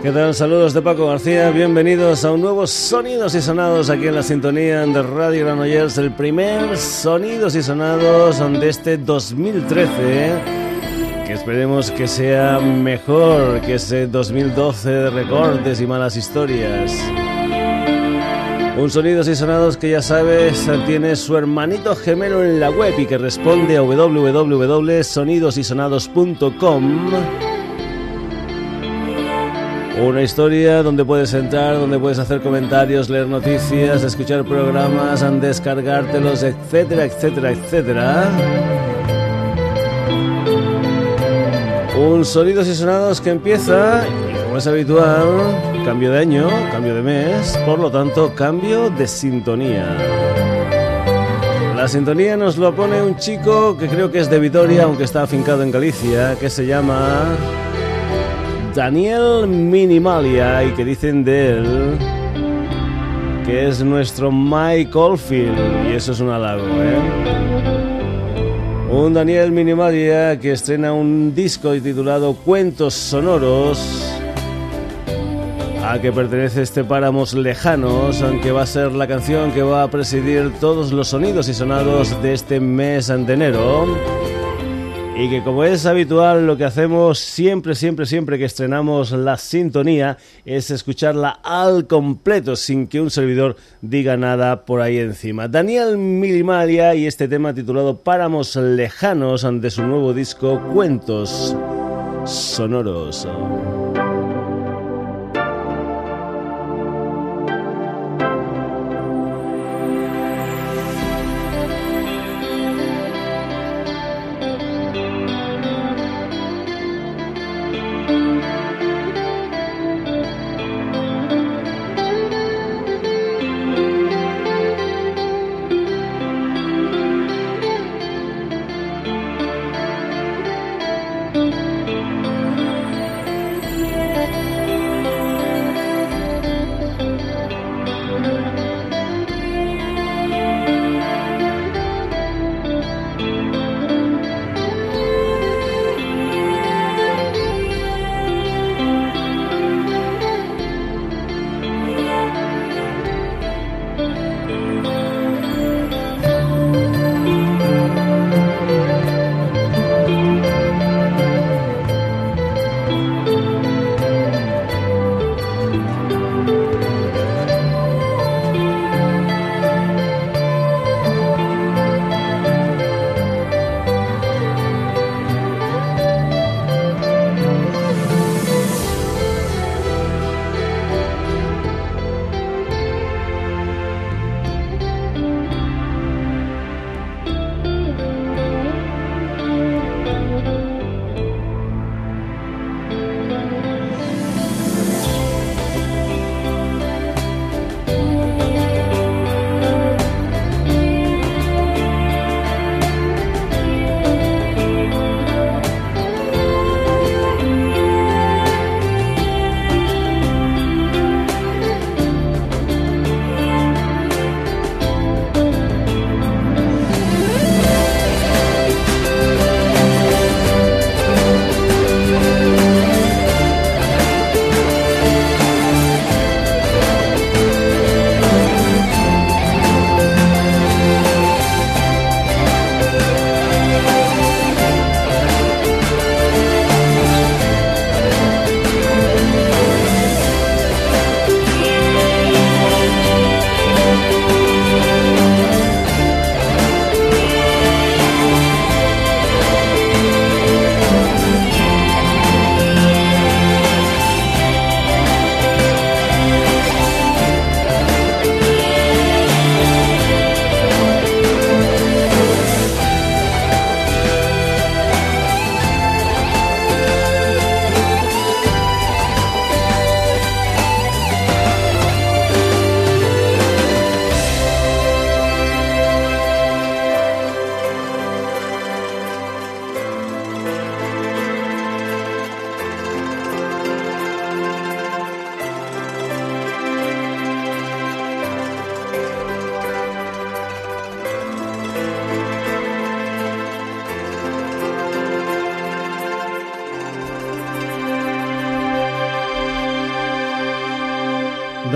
¿Qué tal? Saludos de Paco García, bienvenidos a un nuevo Sonidos y Sonados aquí en la sintonía de Radio Granollers, el primer Sonidos y Sonados de este 2013, que esperemos que sea mejor que ese 2012 de recortes y malas historias. Un Sonidos y Sonados que ya sabes tiene su hermanito gemelo en la web y que responde a www.sonidosysonados.com. Una historia donde puedes entrar, donde puedes hacer comentarios, leer noticias, escuchar programas, descargártelos, etcétera, etcétera, etcétera. Un Sonidos y Sonados que empieza, y como es habitual, cambio de año, cambio de mes, por lo tanto, cambio de sintonía. La sintonía nos lo pone un chico que creo que es de Vitoria, aunque está afincado en Galicia, que se llama Daniel Minimalia, y que dicen de él que es nuestro Mike Oldfield, y eso es un halago, Un Daniel Minimalia que estrena un disco titulado Cuentos Sonoros, a que pertenece este Páramos Lejanos, aunque va a ser la canción que va a presidir todos los sonidos y sonados de este mes de enero. Y que, como es habitual, lo que hacemos siempre que estrenamos la sintonía es escucharla al completo sin que un servidor diga nada por ahí encima. Daniel Minimalia y este tema titulado Páramos Lejanos de su nuevo disco Cuentos Sonoros.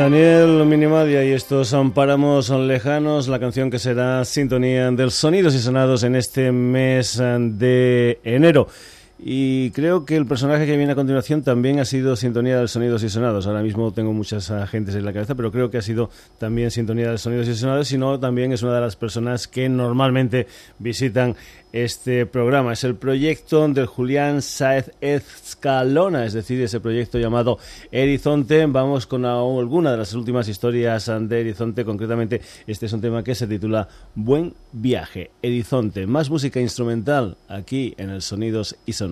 Daniel Minimadia y estos son Páramos Lejanos, la canción que será sintonía del Sonidos y Sonados en este mes de enero. Y creo que el personaje que viene a continuación también ha sido sintonía del Sonidos y Sonados. Ahora mismo tengo muchas agentes en la cabeza, pero creo que ha sido también sintonía del Sonidos y Sonados, sino también es una de las personas que normalmente visitan este programa. Es el proyecto del Julián Sáez Escalona, es decir, ese proyecto llamado Erizonte. Vamos con alguna de las últimas historias de Erizonte. Concretamente, este es un tema que se titula Buen Viaje. Erizonte, más música instrumental aquí en el Sonidos y Sonados.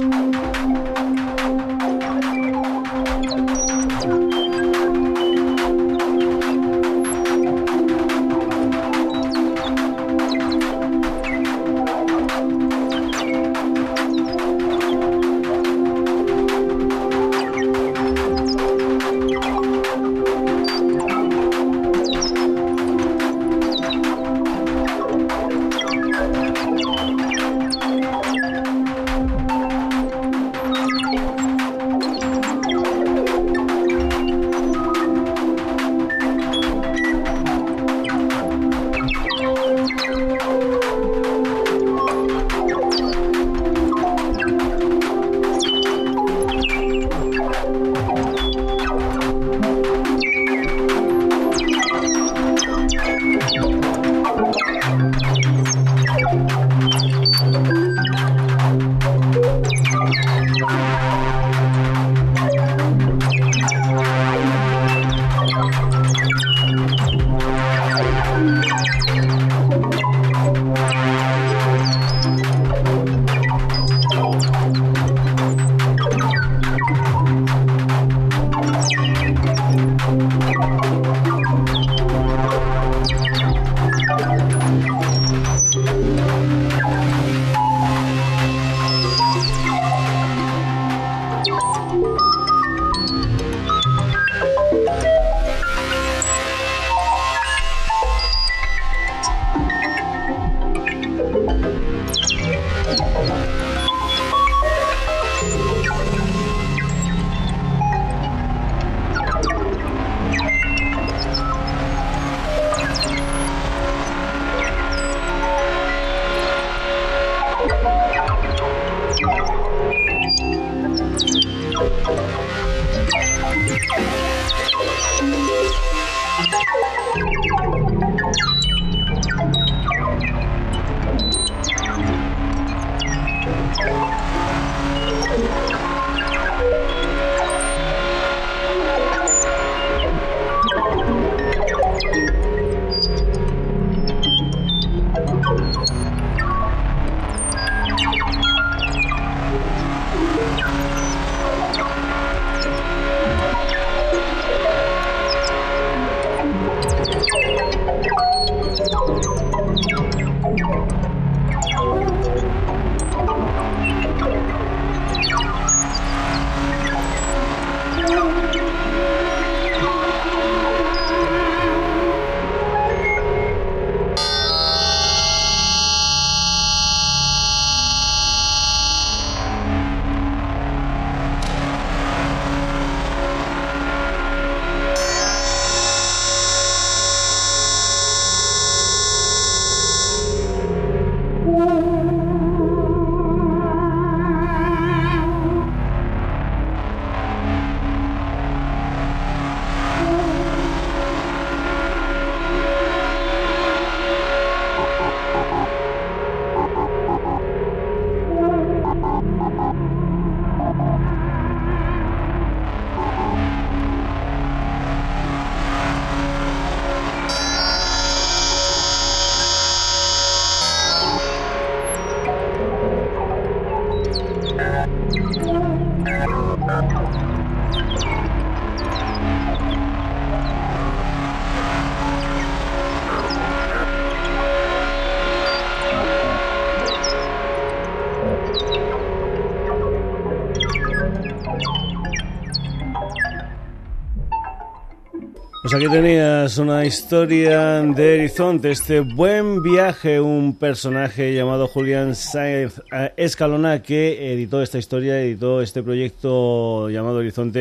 Pues aquí tenías una historia de Erizonte, este buen viaje, un personaje llamado Julián Sáez Escalona que editó esta historia, editó este proyecto llamado Erizonte,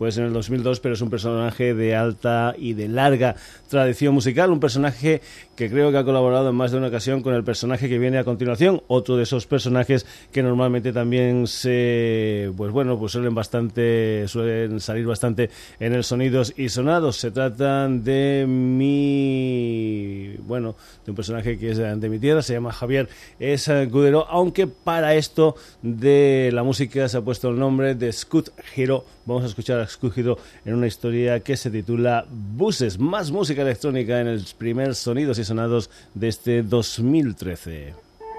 pues en el 2002, pero es un personaje de alta y de larga tradición musical, un personaje que creo que ha colaborado en más de una ocasión con el personaje que viene a continuación, otro de esos personajes que normalmente también suelen salir bastante en el Sonidos y Sonados. Se trata de un personaje que es de mi tierra, se llama Javier Escudero, aunque para esto de la música se ha puesto el nombre de Scud Hero. Vamos a escuchar a Scud Hero en una historia que se titula Buses, más música electrónica en el primer Sonidos y Sonados de este 2013.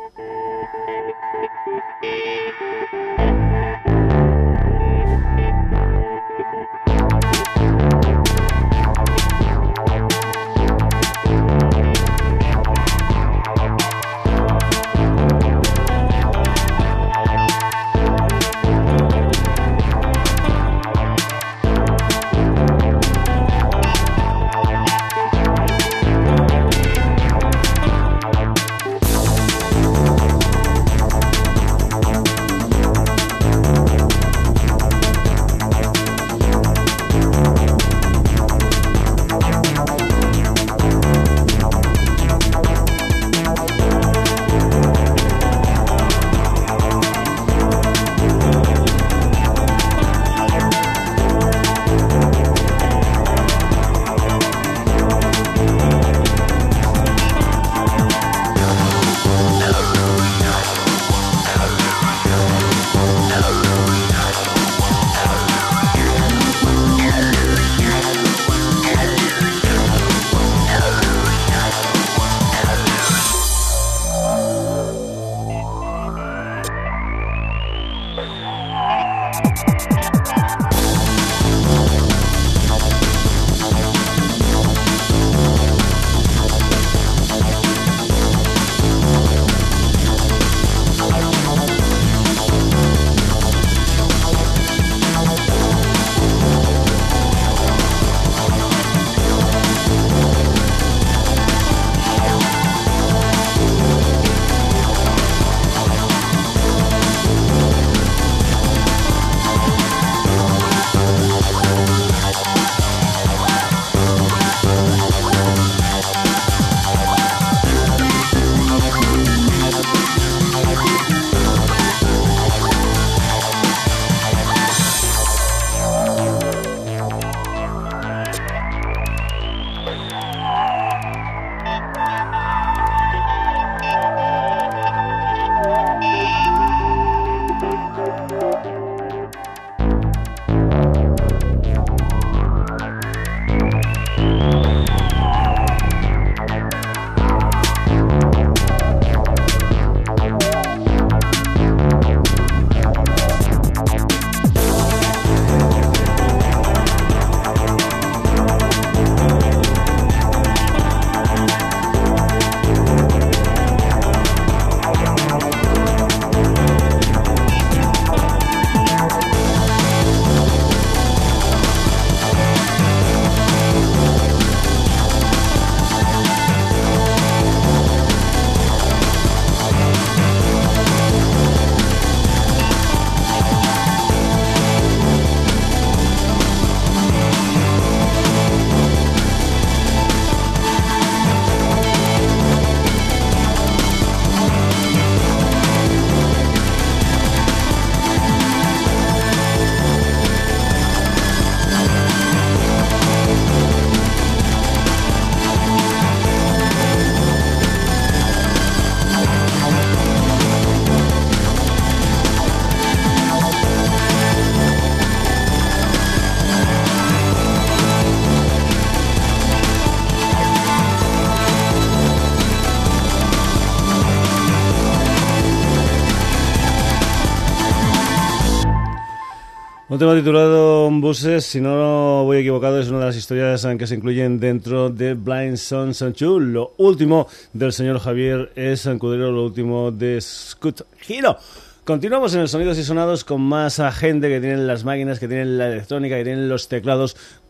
Un tema titulado Buses, si no voy equivocado, es una de las historias que se incluyen dentro de Blind Sons and Two. Lo último del señor Javier Escudero, lo último de Scud Hero. Continuamos en el Sonidos y Sonados con más gente que tienen las máquinas, que tienen la electrónica, que tienen los teclados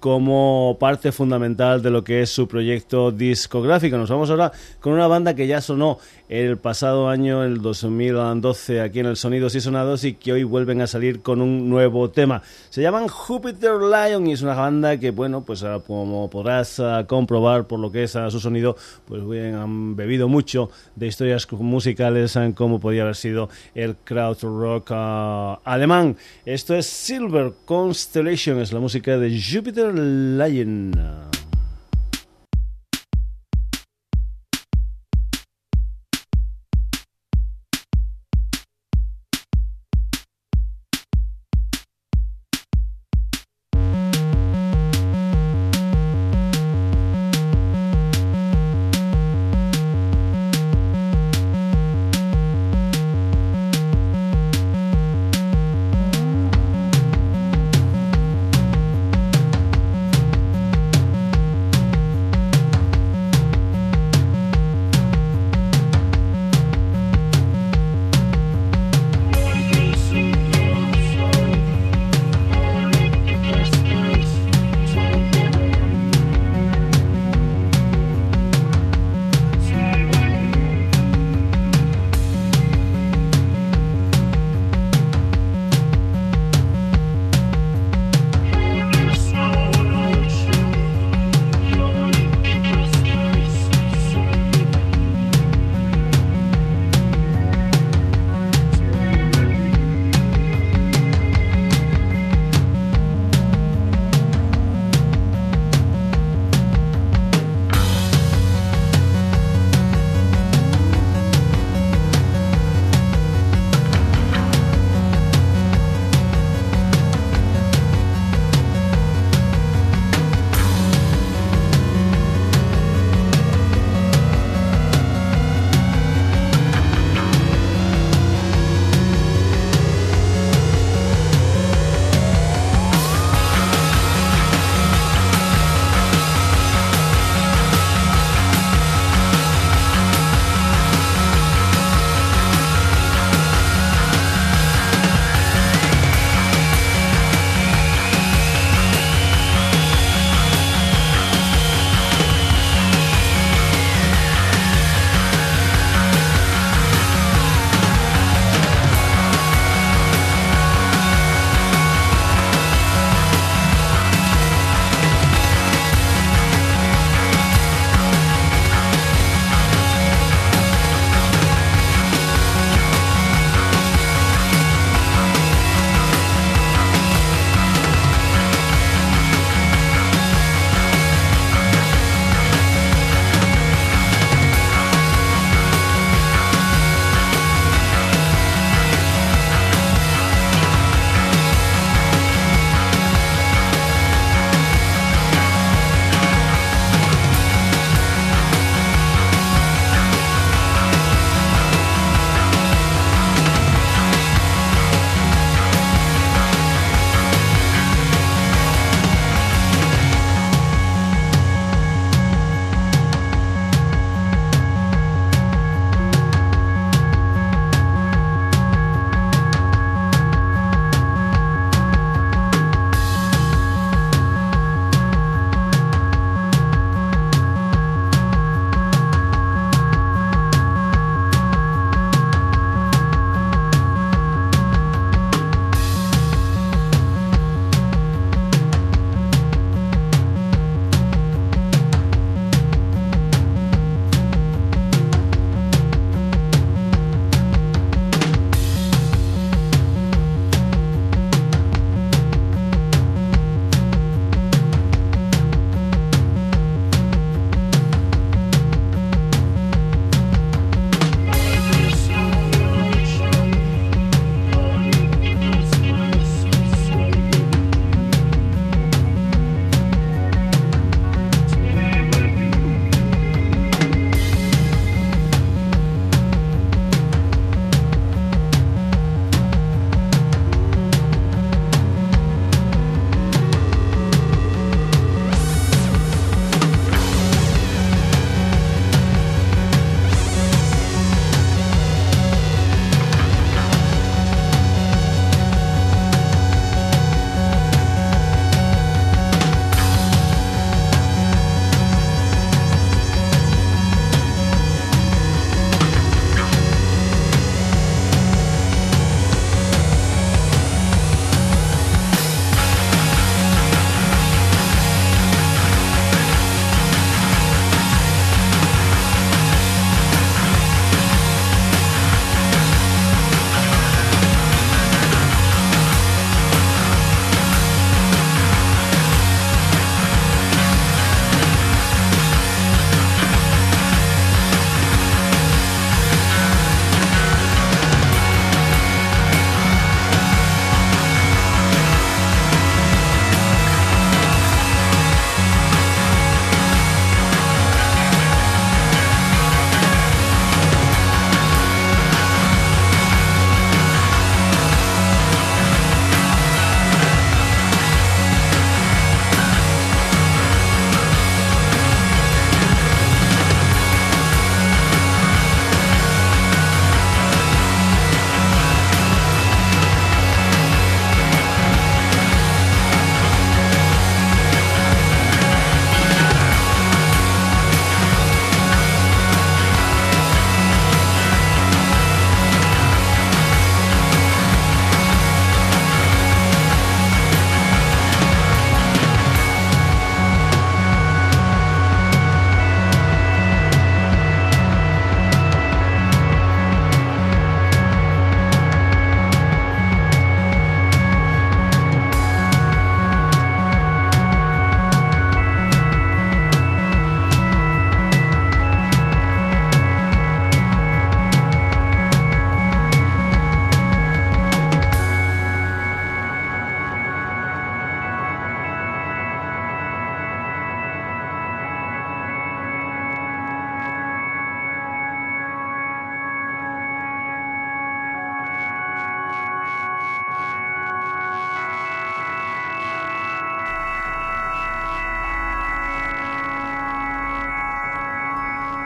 como parte fundamental de lo que es su proyecto discográfico. Nos vamos ahora con una banda que ya sonó el pasado año, el 2012, aquí en el Sonidos y Sonados, y que hoy vuelven a salir con un nuevo tema. Se llaman Jupiter Lion y es una banda que, bueno, pues como podrás comprobar por lo que es su sonido, pues bien, han bebido mucho de historias musicales como podía haber sido el krautrock alemán. Esto es Silver Constellation, es la música de Jupiter Lion.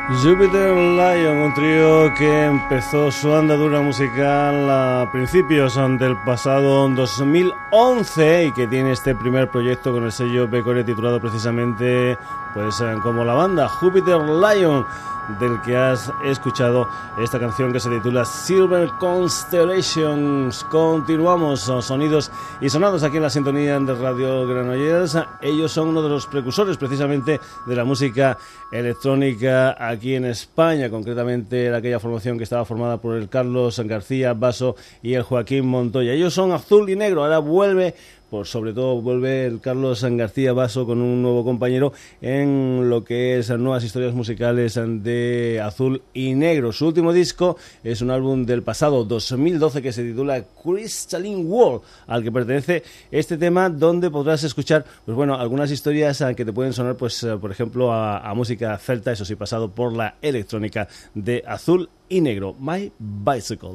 Jupiter Lion, un trío que empezó su andadura musical a principios del pasado 2011 y que tiene este primer proyecto con el sello Becore titulado precisamente pues como la banda Jupiter Lion, del que has escuchado esta canción que se titula Silver Constellations. Continuamos, sonidos y sonados aquí en la sintonía de Radio Granollers. Ellos son uno de los precursores precisamente de la música electrónica aquí en España, concretamente aquella formación que estaba formada por el Carlos García Basso y el Joaquín Montoya. Ellos son Azul y Negro, ahora sobre todo vuelve el Carlos García Basso con un nuevo compañero en lo que es nuevas historias musicales de Azul y Negro. Su último disco es un álbum del pasado 2012 que se titula Crystalline World, al que pertenece este tema, donde podrás escuchar pues bueno, algunas historias que te pueden sonar, pues por ejemplo a música celta, eso sí, pasado por la electrónica de Azul y Negro. My Bicycle.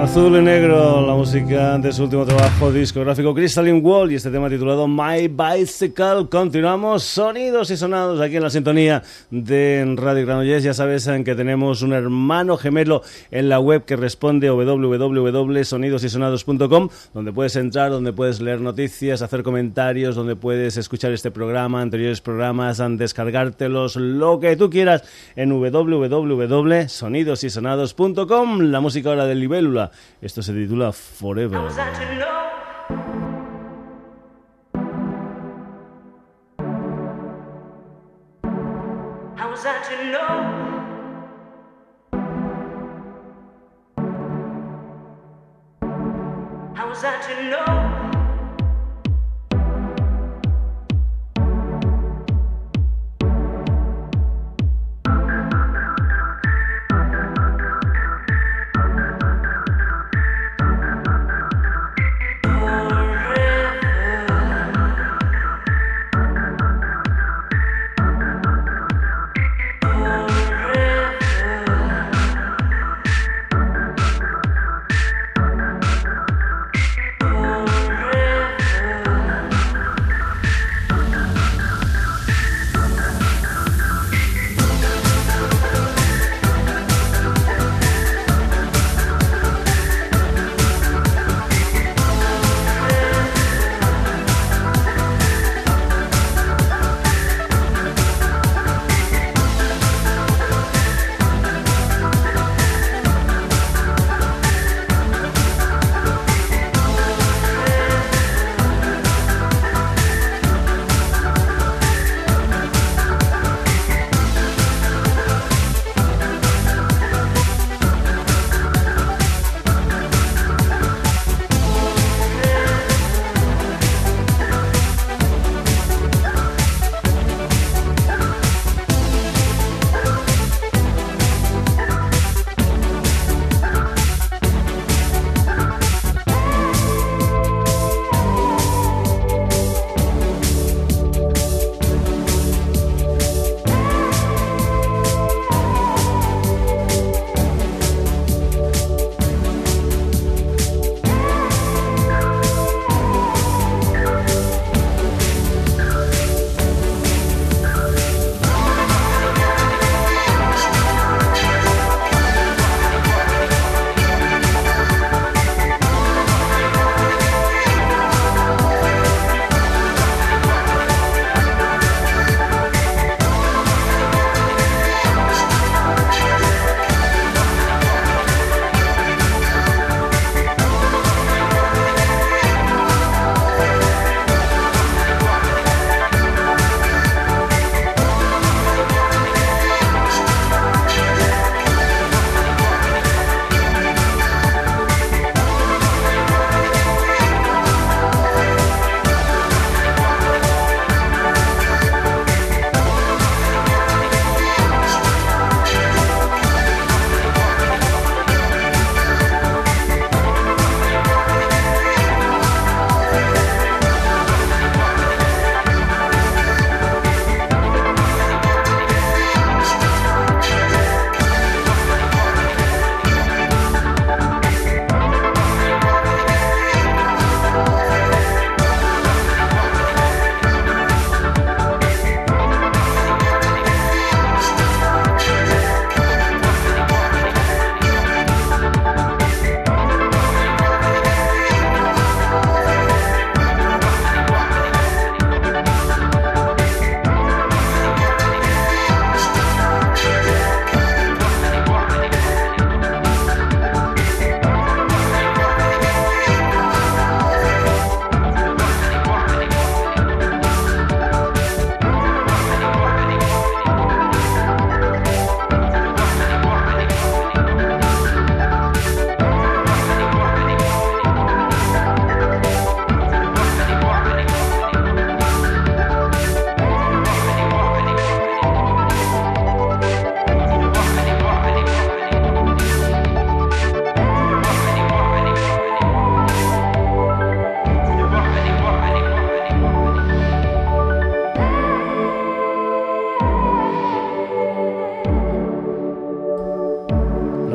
Azul y negro, la música de su último trabajo discográfico Crystalline Wall y este tema titulado My Bicycle. Continuamos sonidos y sonados aquí en la sintonía de Radio Granollers. Ya sabes que tenemos un hermano gemelo en la web que responde www.sonidosysonados.com, donde puedes entrar, donde puedes leer noticias, hacer comentarios, donde puedes escuchar este programa, anteriores programas, descargártelos, lo que tú quieras en www.sonidosysonados.com. La música ahora del Libélula. Esto se titula Forever.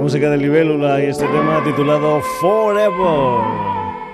música de Libélula y este tema titulado Forever.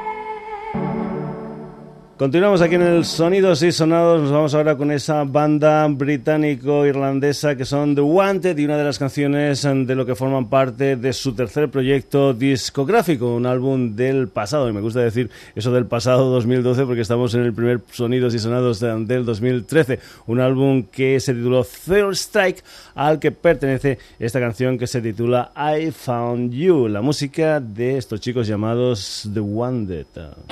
Continuamos aquí en el Sonidos y Sonados. Nos vamos ahora con esa banda británico-irlandesa que son The Wanted y una de las canciones de lo que forman parte de su tercer proyecto discográfico, un álbum del pasado, y me gusta decir eso del pasado 2012 porque estamos en el primer Sonidos y Sonados del 2013, un álbum que se tituló Third Strike, al que pertenece esta canción que se titula I Found You, la música de estos chicos llamados The Wanted.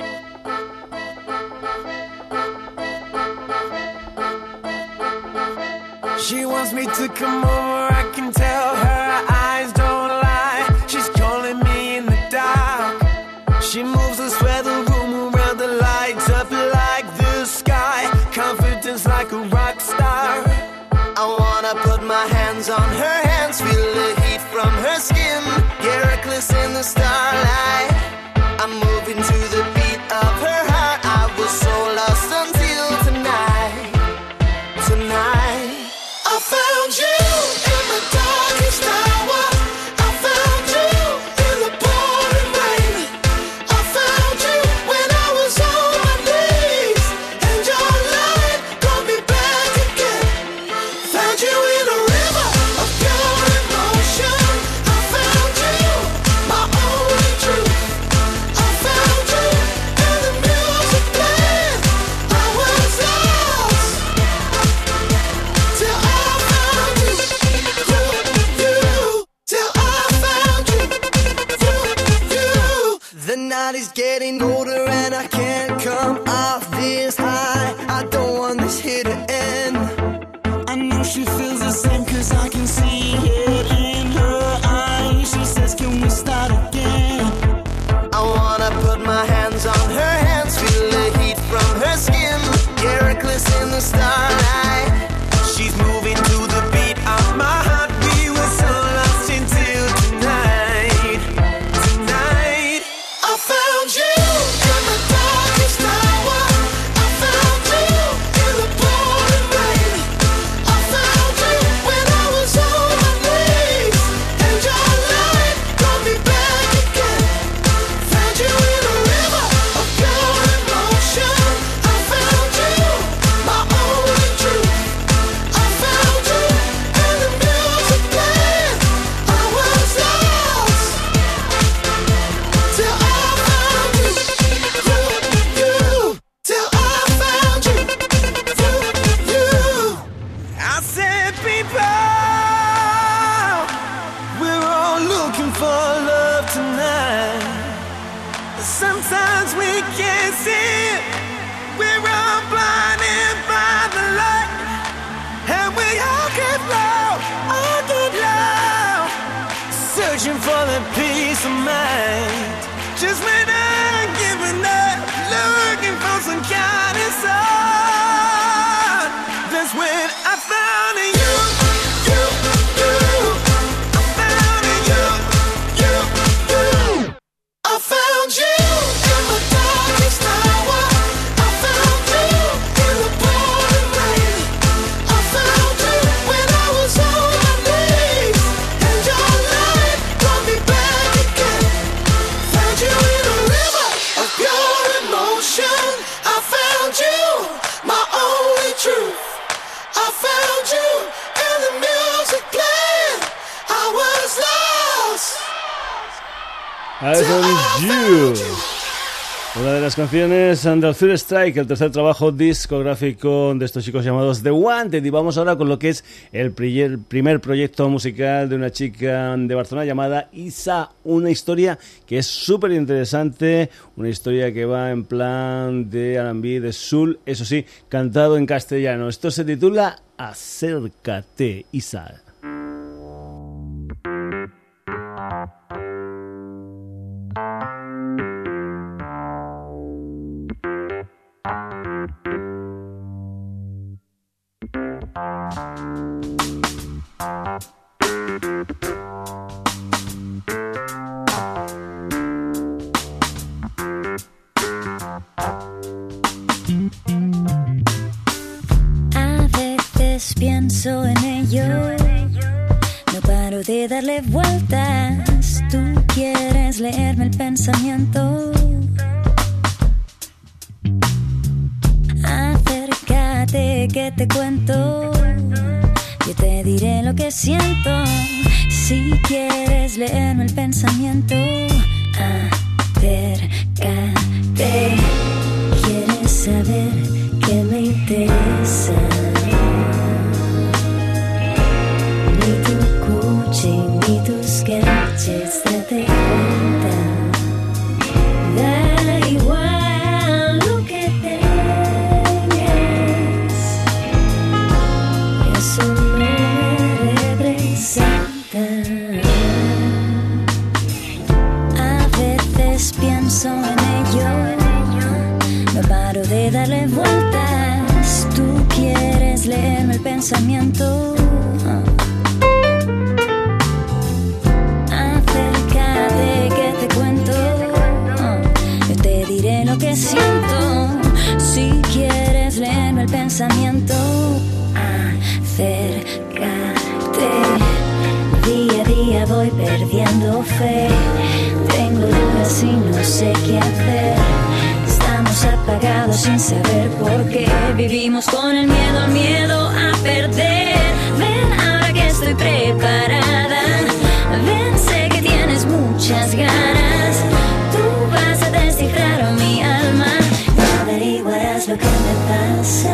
She wants me to come over, I can tell her eyes don't lie. She's calling me in the dark. She moves, I swear the room around the lights up like the sky. Confidence like a rock star. I wanna put my hands on her hands, feel the heat from her skin. Get reckless in the starlight. I'm moving to the beat of her heart. I was so lost until tonight. Tonight I found you in the darkest hour. I found you in the pouring rain. I found you when I was on my knees, and your light brought me back again. Found you in a river of pure emotion. I found you, my only truth. I found you in the music playing. I was lost till I found you, till I found you. The night is getting older and I can't come off this high. I don't want this here to end. I know she feels the same cause I can see it in her eyes. She says can we start again? I wanna put my hands on her hands, feel the heat from her skin. Get reckless in the starlight. She's moving to the beat of my heart. We were so lost until tonight. Tonight I found you in the darkest hour. I found you in the pouring rain. I found you when I was on my knees, and your light brought me back again. Found you in a river of pure emotion. I found you, my only truth. I found you in the music playing. I was lost till I found you, till I found you. I said, people, we're all looking for love tonight. Sometimes we can't see it. We're all blinded by the light, and we all get loud, searching for the peace of mind. Just when I'm giving up, looking for some kind of sun. That's when I found you. I found you. I found you in the darkest hour. I found you in the pouring rain. I found you when I was on my knees, and your light brought me back again. Found you in a river of pure emotion. I found you, my only truth. I found you in the music playing. I was lost. I Found You, una de las canciones del Third Strike, el tercer trabajo discográfico de estos chicos llamados The Wanted. Y vamos ahora con lo que es el primer proyecto musical de una chica de Barcelona llamada Isa, una historia que es súper interesante, una historia que va en plan de R&B, de soul, eso sí, cantado en castellano. Esto se titula Acércate, Isa. A veces pienso en ello, no paro de darle vueltas. Tú quieres leerme el pensamiento. Acércate que te cuento. Yo te diré lo que siento. Si quieres leerme el pensamiento, acércate. Quieres saber qué me interesa. Ni tu coaching, ni tus gadgets, date cuenta. Da igual lo que tengas, eso no me representa. A veces pienso en ello, no paro de darle vueltas. Tú quieres leerme el pensamiento. Acércate que te cuento. Yo te diré lo que siento. Si quieres leerme el pensamiento, acércate. Día a día voy perdiendo fe. Tengo dudas y no sé qué hacer. Estamos apagados sin saber por qué. Vivimos con el miedo a perder. Ven ahora que estoy preparada. Ven, sé que tienes muchas ganas. Tú vas a descifrar mi alma y averiguarás lo que me pasa.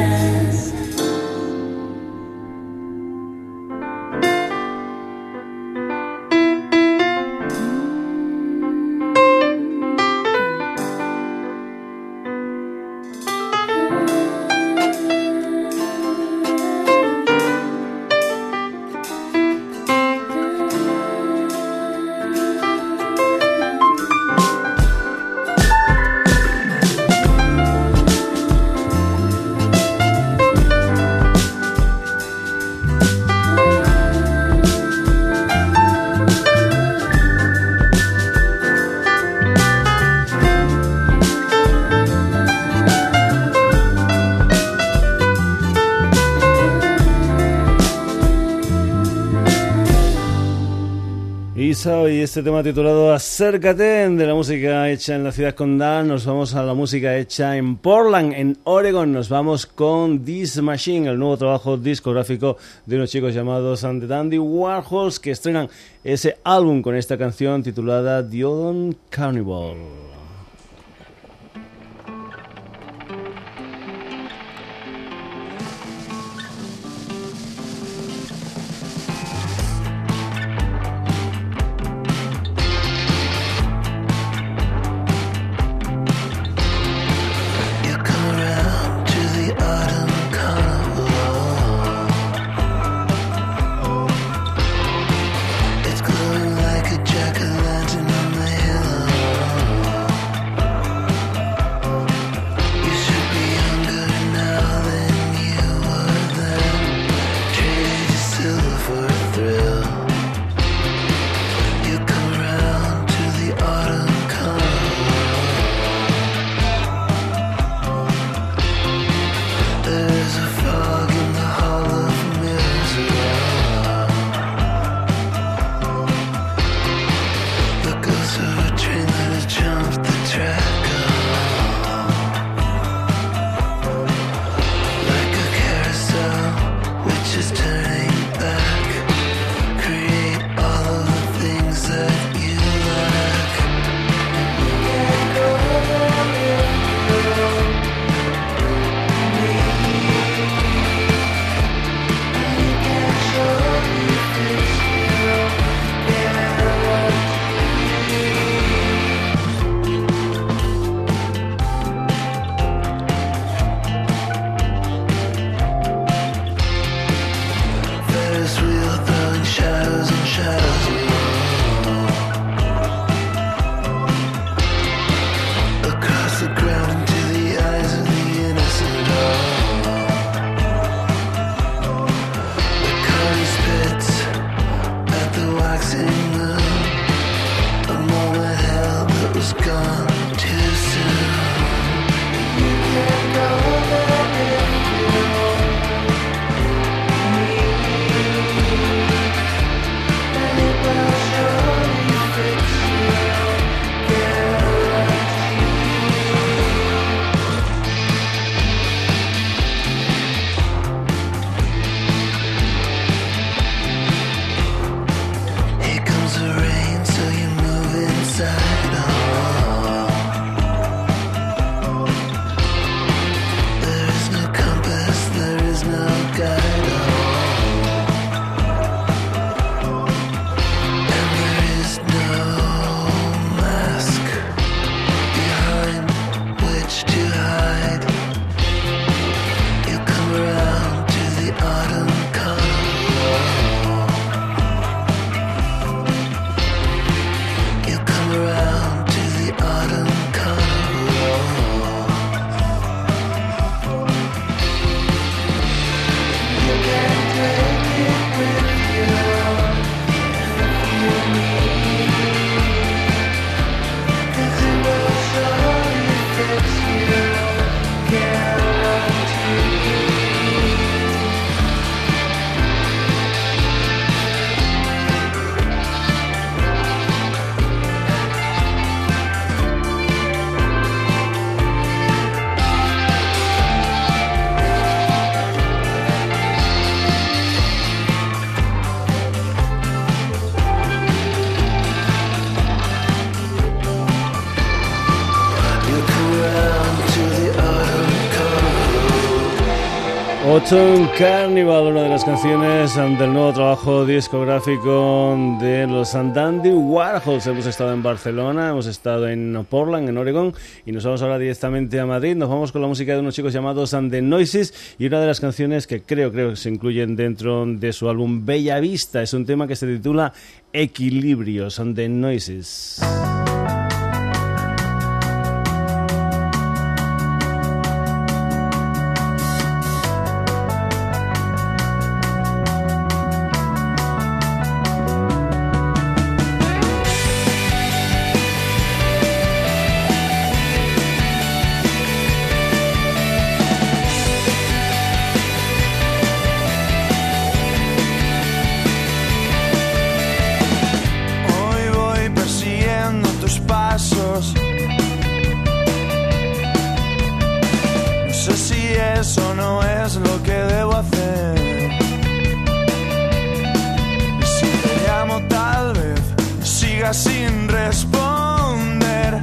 Y este tema titulado Acércate, de la música hecha en la ciudad condal, nos vamos a la música hecha en Portland, en Oregon. Nos vamos con This Machine, el nuevo trabajo discográfico de unos chicos llamados The Dandy Warhols, que estrenan ese álbum con esta canción titulada The Odom Carnival. Jack-o'-lantern on the hill. fix Autumn Carnival, una de las canciones del nuevo trabajo discográfico de los Dandy Warhols. Hemos estado en Barcelona, hemos estado en Portland, en Oregon, y nos vamos ahora directamente a Madrid. Nos vamos con la música de unos chicos llamados The Noises y una de las canciones que creo que se incluyen dentro de su álbum Bella Vista. Es un tema que se titula Equilibrios, The Noises. Eso no es lo que debo hacer. Y si te llamo tal vez sigas sin responder.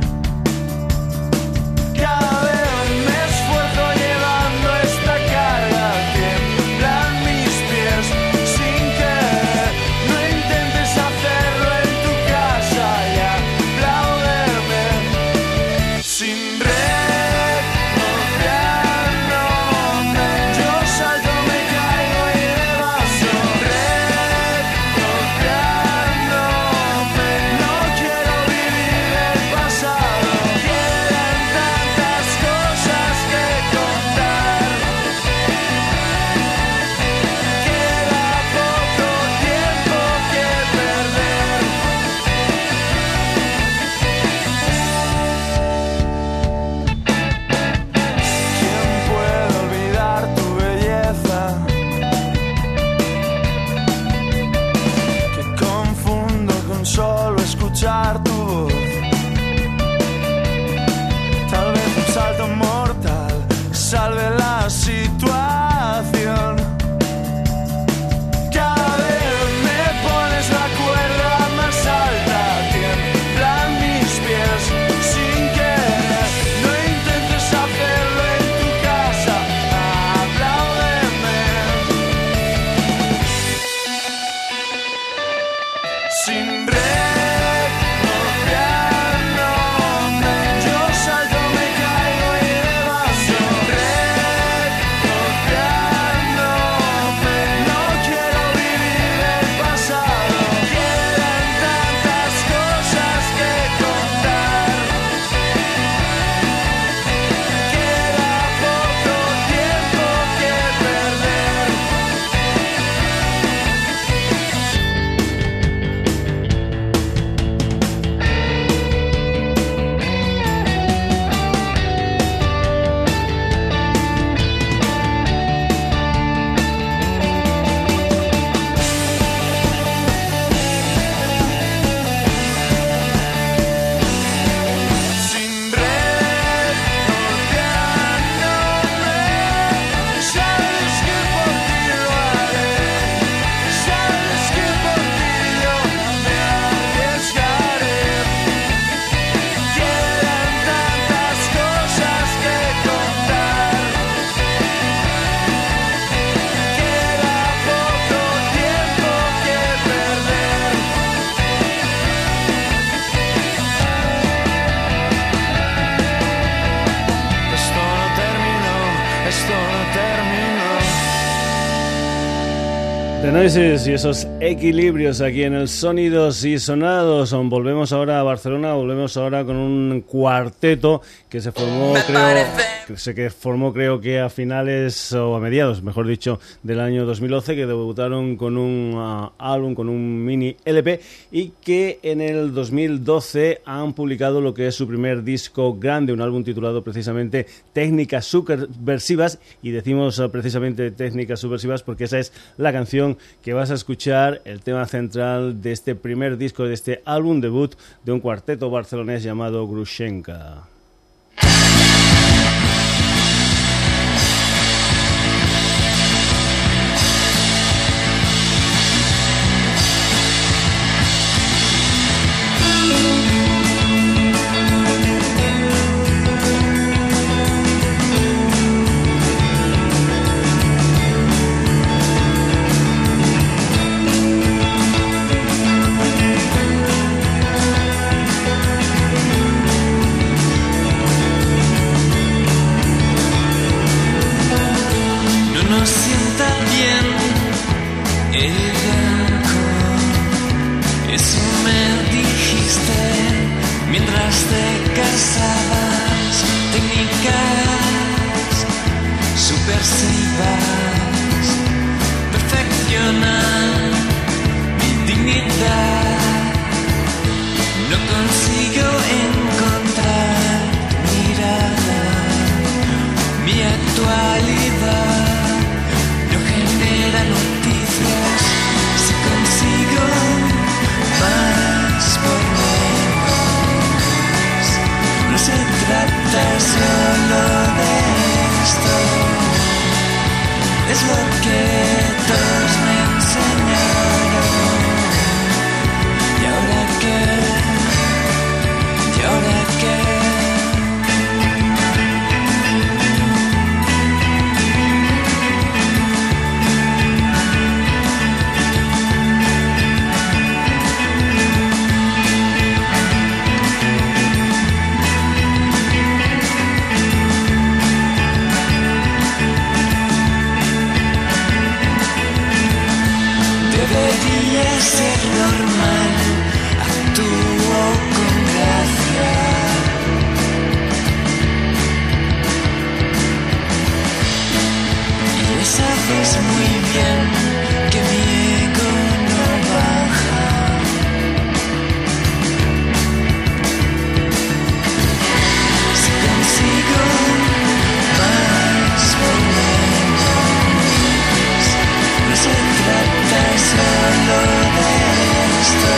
Cada vez me esfuerzo llevando esta carga. Tiemblan mis pies sin querer. No intentes hacerlo en tu casa y apláudeme sin tu voz. Tal vez un salto mortal salve la situación. Cada vez me pones la cuerda más alta. Tiemblan mis pies sin querer. No intentes hacerlo en tu casa. Apláudeme sin The Noises y esos equilibrios aquí en el Sonidos y Sonados. Volvemos ahora a Barcelona, volvemos ahora con un cuarteto que se formó, creo que a finales o a mediados, mejor dicho, del año 2011, que debutaron con un álbum, con un mini LP, y que en el 2012 han publicado lo que es su primer disco grande, un álbum titulado precisamente Técnicas Subversivas, y decimos precisamente Técnicas Subversivas porque esa es la canción que vas a escuchar, el tema central de este primer disco, de este álbum debut de un cuarteto barcelonés llamado Grushenka. de casadas, técnicas subversivas, perfeccionan mi dignidad. No consigo encontrar mirada, mi actualidad no genera noticias. Si consigo más por menos, no se trata solo de esto, es lo que todos me enseñaron. ¿Y ahora qué? ¿Y ahora qué? Debería ser normal, actúo con gracia. Y ya sabes muy bien que mi ego no baja. Si consigo más por menos, no se trata solo de esto,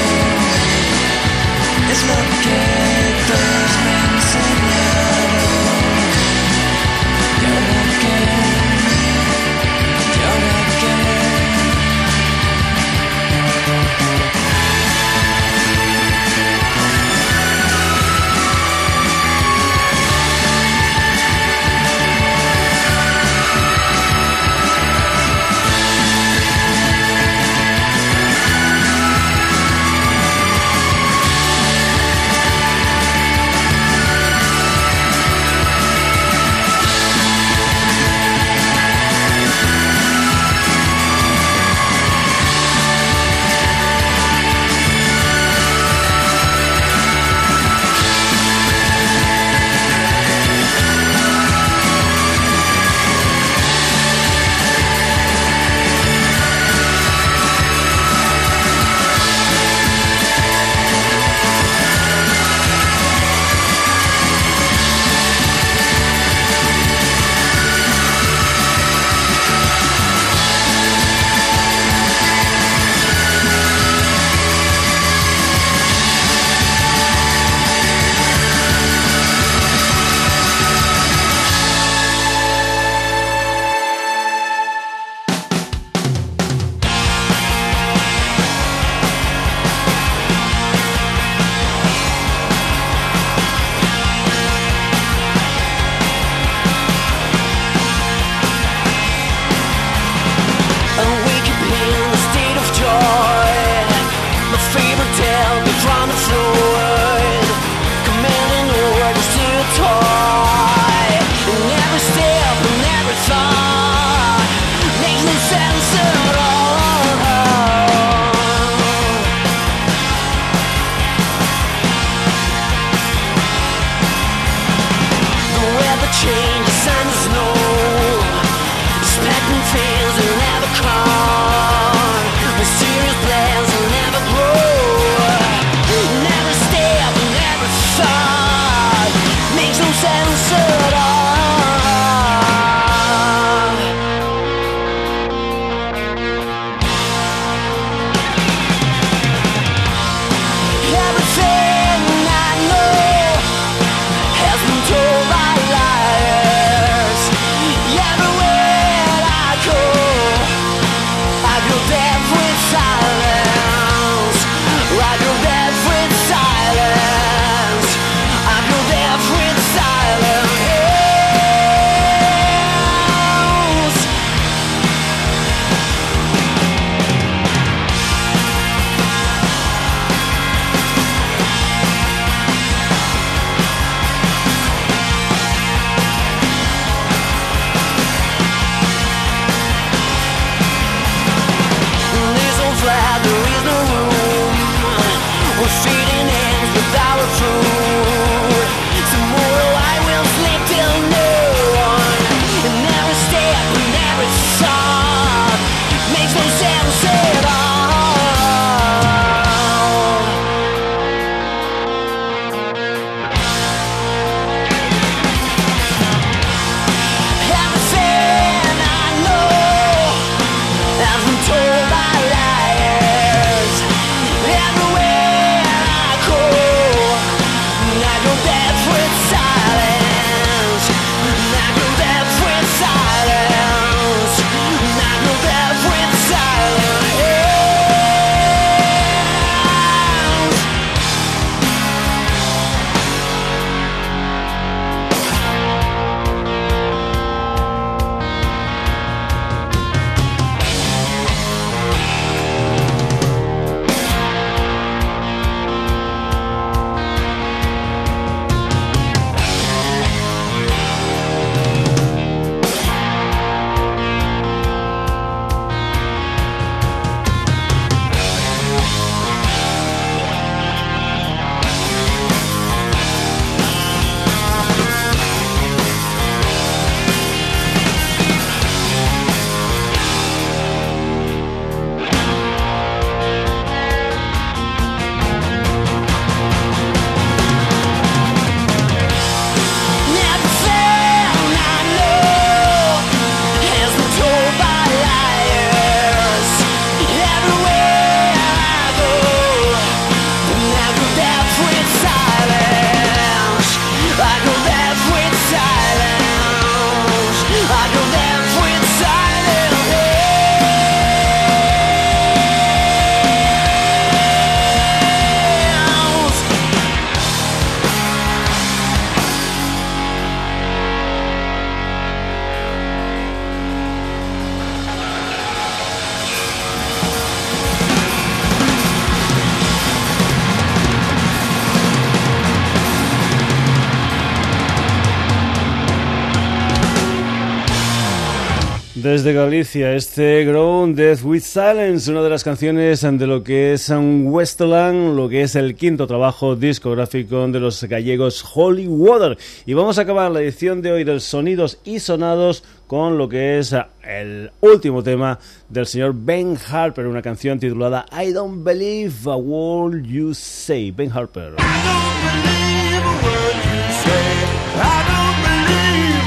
Desde Galicia, este Grown Death with Silence, una de las canciones de lo que es Westland, lo que es el quinto trabajo discográfico de los gallegos Holy Water. Y vamos a acabar la edición de hoy del Sonidos y Sonados con lo que es el último tema del señor Ben Harper, una canción titulada I Don't Believe a Word You Say. Ben Harper. I don't believe a word you say. I don't believe.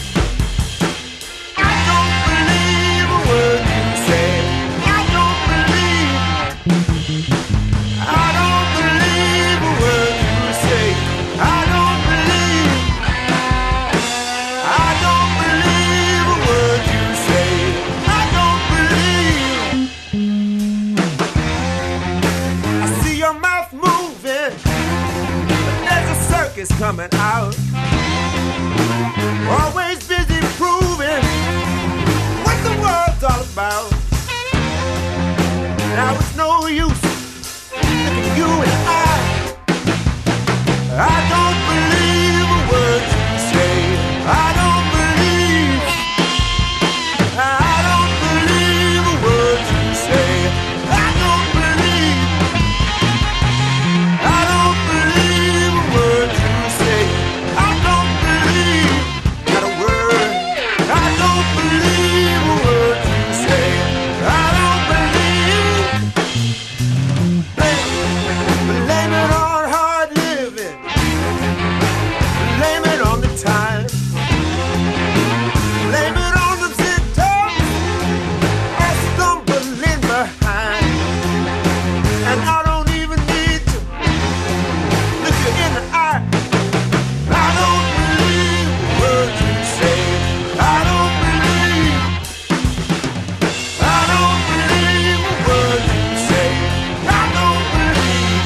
I don't believe a word you say. I don't believe. I don't believe a word you say. I don't believe. I don't believe a word you say. I don't believe. I see your mouth moving. There's a circus coming out. Always busy proving what the world's all about. Now it's no use looking you in the eye. I don't believe a word you say. I don't believe. I don't believe a word you say. I don't believe. I don't believe a word you say. I don't believe not a word. I don't believe a word you say. I don't believe. Blame it on hard living. Blame it on the time. Blame it on the symptoms or stumbling behind. And I don't even need to look you in the eye. I don't believe a word you say. I don't believe. I don't believe a word you say. I don't believe.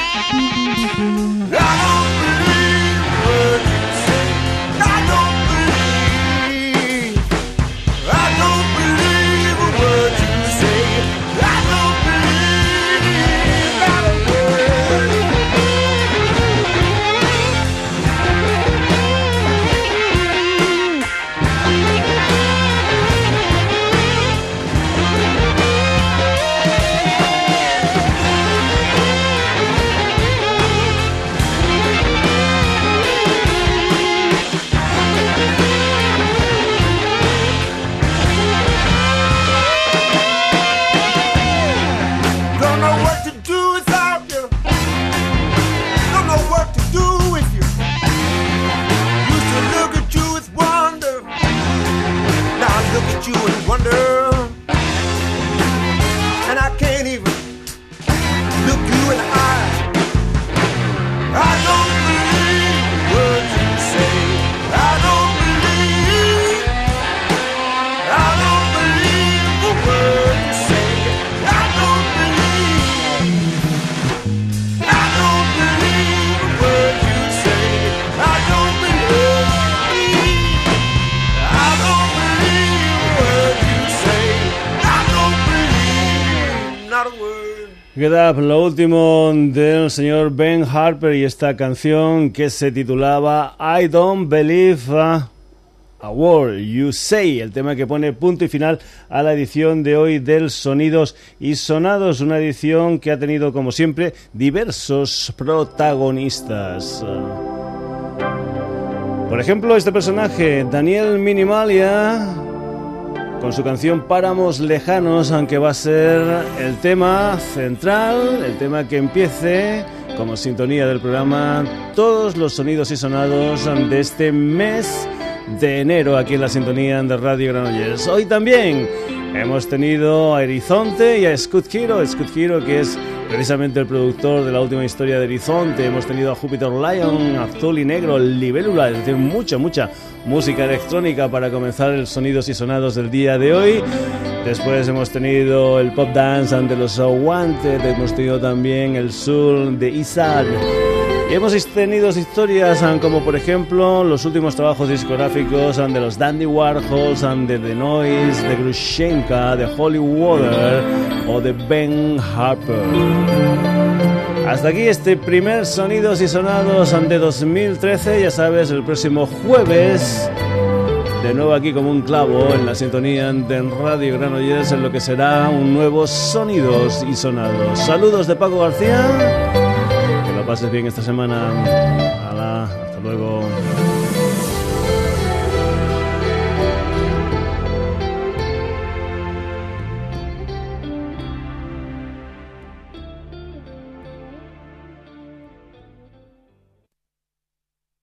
I don't believe a word you say. I don't believe. I don't believe a word you say. I don't believe not a word. Don't know what to do without you. Don't know what to do with you. Used to look at you with wonder. Now I look at you and wonder. And I can't even look you in the eye. I don't believe a word you say. I don't believe. I don't believe a word you say. I don't believe. I don't believe a word you say. I don't believe. I don't believe a word you say. I don't believe not a word. Get Up, lo último del señor Ben Harper y esta canción que se titulaba I Don't Believe a Word You Say, el tema que pone punto y final a la edición de hoy del Sonidos y Sonados, una edición que ha tenido como siempre diversos protagonistas. Por ejemplo, este personaje, Daniel Minimalia, con su canción Páramos Lejanos, aunque va a ser el tema central, el tema que empiece como sintonía del programa todos los sonidos y sonados de este mes de enero aquí en la sintonía de Radio Granollers. Hoy también hemos tenido a Erizonte y a Scud Hero, que es precisamente el productor de la última historia de Erizonte. Hemos tenido a Júpiter Lion, Azul y Negro, Libélula, es decir, mucha música electrónica para comenzar el Sonidos y Sonados del día de hoy. Después hemos tenido el pop dance de los Wanted, hemos tenido también el soul de Isaac. Y hemos tenido historias como por ejemplo los últimos trabajos discográficos de los Dandy Warhols, de The Noise, de Grushenka, de Holy Water o de Ben Harper. Hasta aquí este primer Sonidos y Sonados de 2013. Ya sabes, el próximo jueves de nuevo aquí como un clavo en la sintonía de Radio Granollers en lo que será un nuevo Sonidos y Sonados. Saludos de Paco García, que lo pases bien esta semana. Hasta luego.